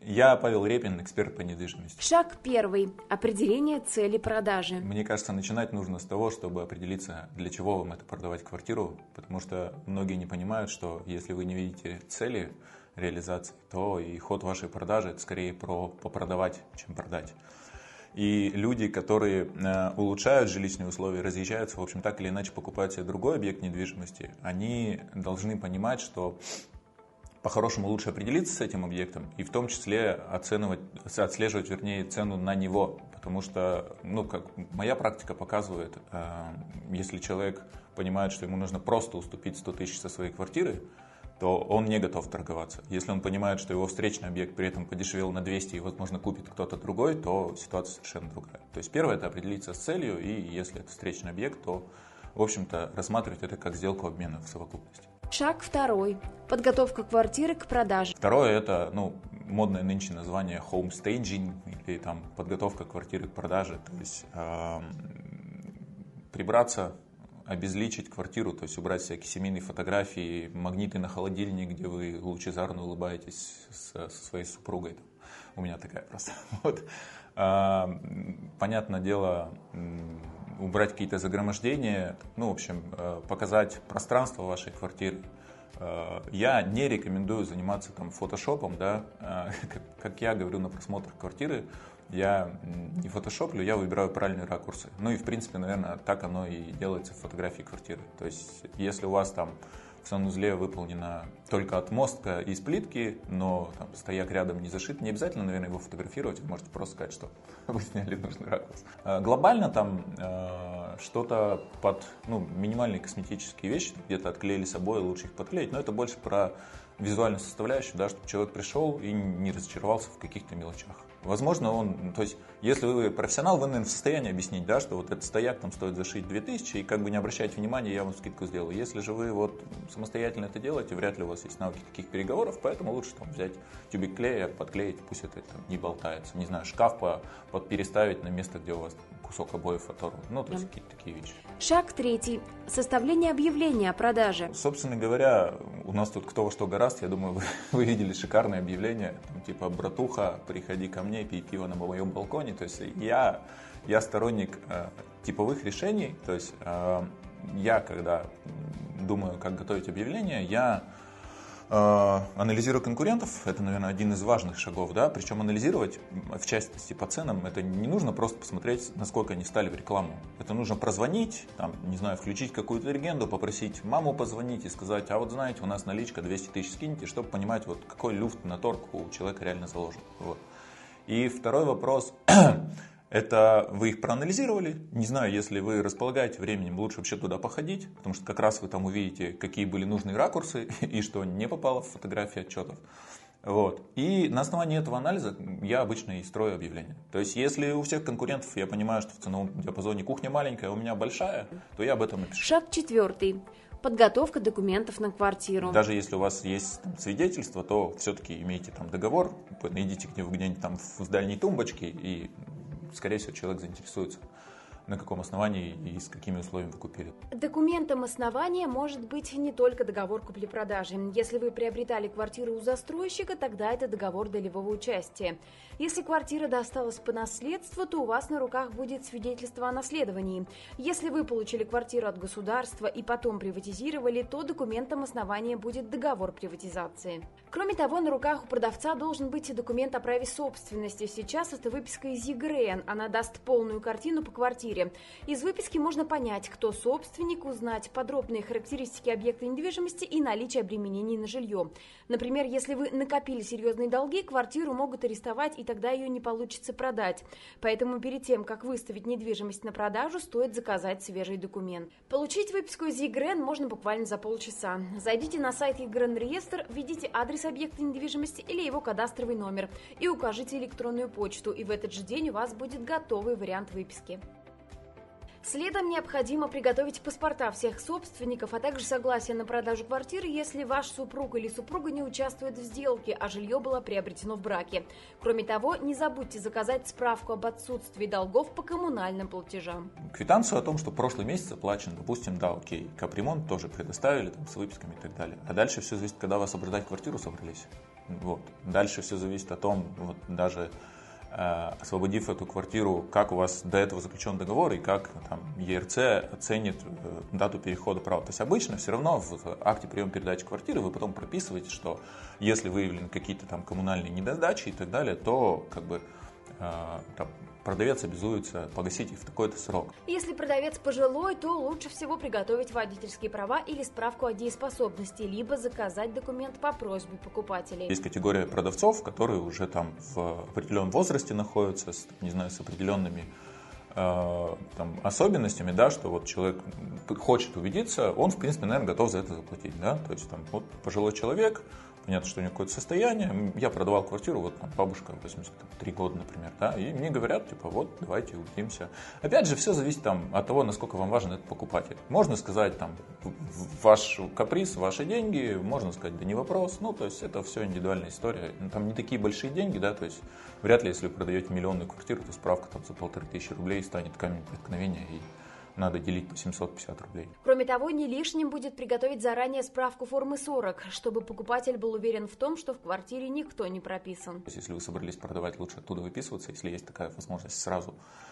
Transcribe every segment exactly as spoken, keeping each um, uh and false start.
Я Павел Репин, эксперт по недвижимости. Шаг первый. Определение цели продажи. Мне кажется, начинать нужно с того, чтобы определиться, для чего вам это продавать квартиру, потому что многие не понимают, что если вы не видите цели реализации, то и ход вашей продажи это скорее про попродавать, чем продать. И люди, которые э, улучшают жилищные условия, разъезжаются, в общем, так или иначе покупают себе другой объект недвижимости, они должны понимать, что по-хорошему лучше определиться с этим объектом и в том числе оценивать, отслеживать, вернее, цену на него. Потому что, ну, как моя практика показывает, э, если человек понимает, что ему нужно просто уступить сто тысяч со своей квартиры, то он не готов торговаться. Если он понимает, что его встречный объект при этом подешевел на двести и, возможно, купит кто-то другой, то ситуация совершенно другая. То есть первое – это определиться с целью, и если это встречный объект, то, в общем-то, рассматривать это как сделку обмена в совокупности. Шаг второй. Подготовка квартиры к продаже. Второе – это, ну, модное нынче название home staging или там подготовка квартиры к продаже. То есть э, прибраться, обезличить квартиру, то есть убрать всякие семейные фотографии, магниты на холодильник, где вы лучезарно улыбаетесь со, со своей супругой. Там. У меня такая просто. Вот. А, понятное дело, убрать какие-то загромождения, ну, в общем, показать пространство вашей квартиры. Я не рекомендую заниматься там фотошопом, да, как, как я говорю на просмотр квартиры, я не фотошоплю, я выбираю правильные ракурсы. Ну и в принципе, наверное, так оно и делается в фотографии квартиры. То есть, если у вас там в санузле выполнена только отмостка из плитки, но там стояк рядом не зашит, не обязательно, наверное, его фотографировать, вы можете просто сказать, что вы сняли нужный ракурс. Глобально там э, что-то под, ну, минимальные косметические вещи, где-то отклеили с обои, лучше их подклеить, но это больше про визуальную составляющую, да, чтобы человек пришел и не разочаровался в каких-то мелочах. Возможно, он, то есть, если вы профессионал, вы, наверное, в состоянии объяснить, да, что вот этот стояк там стоит зашить две тысячи, и как бы не обращайте внимания, я вам скидку сделаю. Если же вы вот самостоятельно это делаете, вряд ли у вас есть навыки таких переговоров, поэтому лучше там взять тюбик клея, подклеить, пусть это там не болтается. Не знаю, шкаф по, под переставить на место, где у вас кусок обоев оторван. Ну, то есть, какие-то такие вещи. Шаг третий. Составление объявления о продаже. Собственно говоря, у нас тут кто во что гораст, я думаю, вы, вы видели шикарное объявление, там, типа «Братуха, приходи ко мне, пей пиво на моем балконе». То есть я, я сторонник э, типовых решений, то есть э, я, когда думаю, как готовить объявление, я э, анализирую конкурентов, это, наверное, один из важных шагов, да, причем анализировать в частности по ценам, это не нужно просто посмотреть, насколько они стали в рекламу, это нужно прозвонить, там, не знаю, включить какую-то легенду, попросить маму позвонить и сказать, а вот знаете, у нас наличка двести тысяч скиньте, чтобы понимать, вот какой люфт на торг у человека реально заложен. Вот. И второй вопрос, это вы их проанализировали, не знаю, если вы располагаете временем, лучше вообще туда походить, потому что как раз вы там увидите, какие были нужные ракурсы и что не попало в фотографии отчетов. Вот. И на основании этого анализа я обычно и строю объявление. То есть, если у всех конкурентов я понимаю, что в ценовом диапазоне кухня маленькая, а у меня большая, то я об этом напишу. Шаг четвертый. Подготовка документов на квартиру. Даже если у вас есть там свидетельство, то все-таки имейте там договор, найдите где-нибудь там в дальней тумбочке, и, скорее всего, человек заинтересуется, на каком основании и с какими условиями вы купили. Документом основания может быть не только договор купли-продажи. Если вы приобретали квартиру у застройщика, тогда это договор долевого участия. Если квартира досталась по наследству, то у вас на руках будет свидетельство о наследовании. Если вы получили квартиру от государства и потом приватизировали, то документом основания будет договор приватизации. Кроме того, на руках у продавца должен быть и документ о праве собственности. Сейчас это выписка из ЕГРН. Она даст полную картину по квартире. Из выписки можно понять, кто собственник, узнать подробные характеристики объекта недвижимости и наличие обременений на жилье. Например, если вы накопили серьезные долги, квартиру могут арестовать, и тогда ее не получится продать. Поэтому перед тем, как выставить недвижимость на продажу, стоит заказать свежий документ. Получить выписку из ЕГРН можно буквально за полчаса. Зайдите на сайт ЕГРН-реестр, введите адрес объекта недвижимости или его кадастровый номер и укажите электронную почту, и в этот же день у вас будет готовый вариант выписки. Следом необходимо приготовить паспорта всех собственников, а также согласие на продажу квартиры, если ваш супруг или супруга не участвует в сделке, а жилье было приобретено в браке. Кроме того, не забудьте заказать справку об отсутствии долгов по коммунальным платежам. Квитанцию о том, что прошлый месяц оплачен, допустим, да, окей, капремонт тоже предоставили, там, с выписками и так далее. А дальше все зависит, когда вы освобождать квартиру собрались. Вот. Дальше все зависит о том, вот даже э, освободив эту квартиру, как у вас до этого заключен договор и как там ЕРЦ оценит э, дату перехода права. То есть обычно все равно в акте приема передачи квартиры вы потом прописываете, что если выявлены какие-то там коммунальные недосдачи и так далее, то как бы э, там, продавец обязуется погасить их в такой-то срок. Если продавец пожилой, то лучше всего приготовить водительские права или справку о дееспособности, либо заказать документ по просьбе покупателей. Есть категория продавцов, которые уже там в определенном возрасте находятся, с, не знаю, с определенными э, там, особенностями, да, что вот человек хочет убедиться, он, в принципе, наверное, готов за это заплатить. Да? То есть там вот пожилой человек, понятно, что у него какое-то состояние. Я продавал квартиру, вот там бабушка восемьдесят три года, например, да, и мне говорят, типа, вот, давайте убедимся. Опять же, все зависит там от того, насколько вам важен этот покупатель. Можно сказать, там, ваш каприз, ваши деньги, можно сказать, да не вопрос. Ну, то есть, это все индивидуальная история. Там не такие большие деньги, да, то есть, вряд ли, если вы продаете миллионную квартиру, то справка там за полторы тысячи рублей станет камнем преткновения и надо делить по семьсот пятьдесят рублей. Кроме того, не лишним будет приготовить заранее справку формы сорок, чтобы покупатель был уверен в том, что в квартире никто не прописан. То есть, если вы собрались продавать, лучше оттуда выписываться, если есть такая возможность сразу.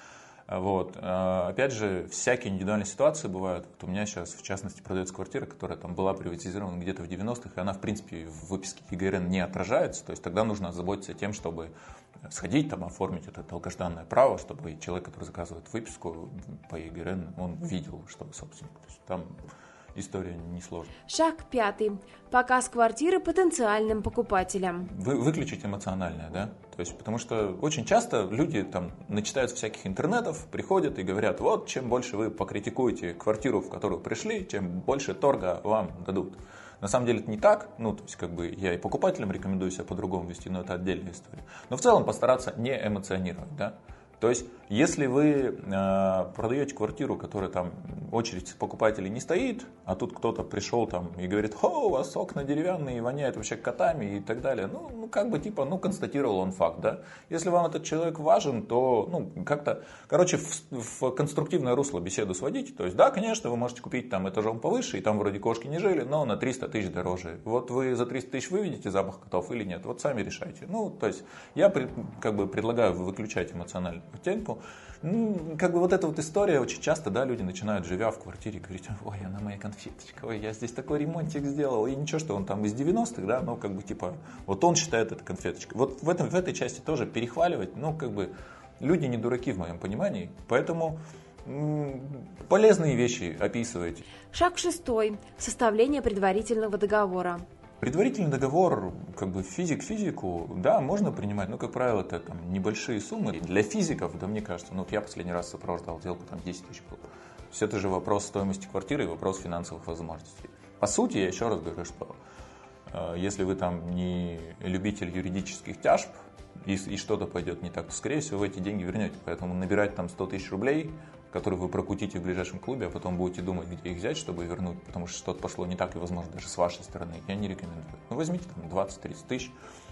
Вот. Опять же, всякие индивидуальные ситуации бывают. Вот у меня сейчас, в частности, продается квартира, которая там была приватизирована где-то в девяностых, и она, в принципе, в выписке ЕГРН не отражается. То есть тогда нужно озаботиться тем, чтобы сходить, там, оформить это долгожданное право, чтобы человек, который заказывает выписку по ЕГРН, он видел, что вы собственник. То есть там история несложная. Шаг пятый. Показ квартиры потенциальным покупателям. Вы, выключить эмоциональное, да? То есть, потому что очень часто люди там начитаются всяких интернетов, приходят и говорят, вот, чем больше вы покритикуете квартиру, в которую пришли, тем больше торга вам дадут. На самом деле это не так, ну, то есть, как бы, я и покупателям рекомендую себя по-другому вести, но это отдельная история. Но в целом постараться не эмоционировать, да. То есть, если вы э, продаете квартиру, которая там очередь покупателей не стоит, а тут кто-то пришел там и говорит, о, у вас окна деревянные, воняют вообще котами и так далее, ну, ну как бы типа, ну, констатировал он факт, да. Если вам этот человек важен, то, ну, как-то, короче, в, в конструктивное русло беседу сводите. То есть, да, конечно, вы можете купить там этажом повыше, и там вроде кошки не жили, но на триста тысяч дороже. Вот вы за триста тысяч выведете запах котов или нет, вот сами решайте. Ну, то есть, я пред, как бы предлагаю выключать эмоциональную оттенку. Ну, как бы вот эта вот история, очень часто, да, люди начинают, живя в квартире, говорить, ой, она моя конфеточка, ой, я здесь такой ремонтик сделал, и ничего, что он там из девяностых, да, но как бы типа, вот он считает это конфеточкой. Вот в, этом, в этой части тоже перехваливать, ну, как бы, люди не дураки в моем понимании, поэтому м- полезные вещи описывайте. Шаг шестой. Составление предварительного договора. Предварительный договор, как бы физик физику, да, можно принимать, но, как правило, это там небольшие суммы. Для физиков, да, мне кажется, ну вот я последний раз сопровождал сделку, там десять тысяч было. То есть это же вопрос стоимости квартиры и вопрос финансовых возможностей. По сути, я еще раз говорю, что э, если вы там не любитель юридических тяжб и, и что-то пойдет не так, то, скорее всего, вы эти деньги вернете. Поэтому набирать там сто тысяч рублей, которые вы прокутите в ближайшем клубе, а потом будете думать, где их взять, чтобы вернуть, потому что что-то пошло не так, и, возможно, даже с вашей стороны, я не рекомендую. Ну, возьмите там двадцать-тридцать тысяч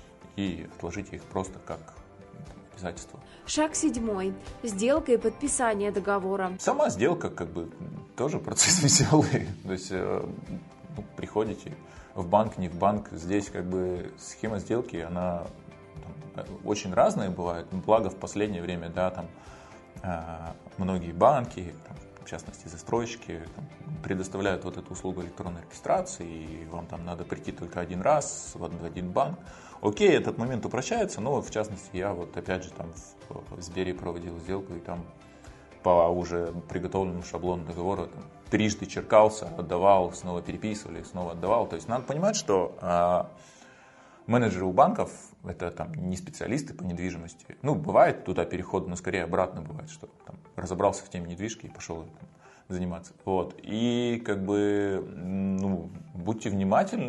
и отложите их просто как обязательство. Шаг седьмой. Сделка и подписание договора. Сама сделка, как бы, тоже процесс веселый. То есть, ну, приходите в банк, не в банк, здесь, как бы, схема сделки, она там очень разная бывает, благо в последнее время, да, там, многие банки, там, в частности застройщики, там, предоставляют вот эту услугу электронной регистрации, и вам там надо прийти только один раз в один банк. Окей, этот момент упрощается, но в частности я вот опять же там в, в Сбере проводил сделку, и там по уже приготовленному шаблону договора там, трижды черкался, отдавал, снова переписывали, снова отдавал. То есть надо понимать, что а, менеджеры у банков это там не специалисты по недвижимости. Ну, бывает туда переход, но скорее обратно бывает, что там разобрался в теме недвижки и пошел там заниматься. Вот. И как бы, ну, будьте внимательны,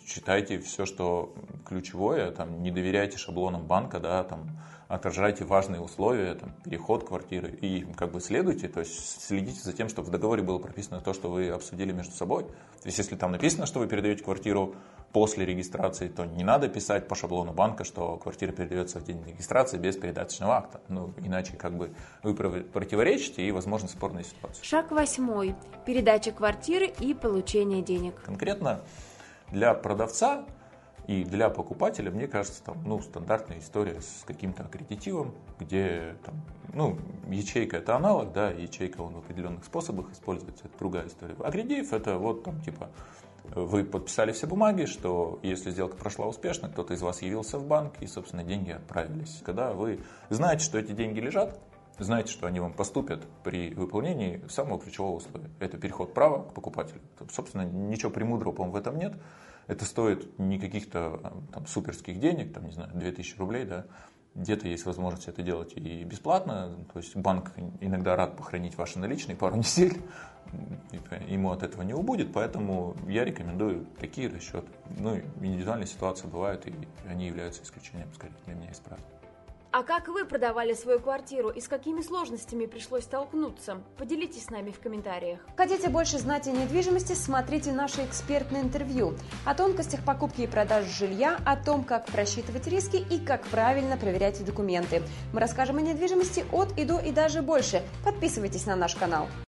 читайте все, что ключевое, там, не доверяйте шаблонам банка, да, там, отражайте важные условия, там, переход квартиры и как бы следуйте, то есть следите за тем, чтобы в договоре было прописано то, что вы обсудили между собой. То есть если там написано, что вы передаете квартиру после регистрации, то не надо писать по шаблону банка, что квартира передается в день регистрации без передаточного акта. Ну, иначе как бы вы противоречите и возможны спорные ситуации. Шаг восьмой. Передача квартиры и получение денег. Конкретно для продавца и для покупателя, мне кажется, там, ну, стандартная история с каким-то аккредитивом, где там, ну, ячейка это аналог, да, ячейка он в определенных способах используется, это другая история. Аккредитив это вот там типа вы подписали все бумаги, что если сделка прошла успешно, кто-то из вас явился в банк и, собственно, деньги отправились. Когда вы знаете, что эти деньги лежат, знаете, что они вам поступят при выполнении самого ключевого условия. Это переход права к покупателю. Собственно, ничего премудрого, по-моему, в этом нет. Это стоит не каких-то там суперских денег, там, не знаю, две тысячи рублей, да. Где-то есть возможность это делать и бесплатно. То есть банк иногда рад похоронить ваши наличные пару недель. Ему от этого не убудет, поэтому я рекомендую такие расчеты. Ну, индивидуальные ситуации бывают, и они являются исключением, скорее, для меня из правил. А как вы продавали свою квартиру и с какими сложностями пришлось столкнуться? Поделитесь с нами в комментариях. Хотите больше знать о недвижимости? Смотрите наше экспертное интервью о тонкостях покупки и продажи жилья, о том, как просчитывать риски и как правильно проверять документы. Мы расскажем о недвижимости от и до и даже больше. Подписывайтесь на наш канал.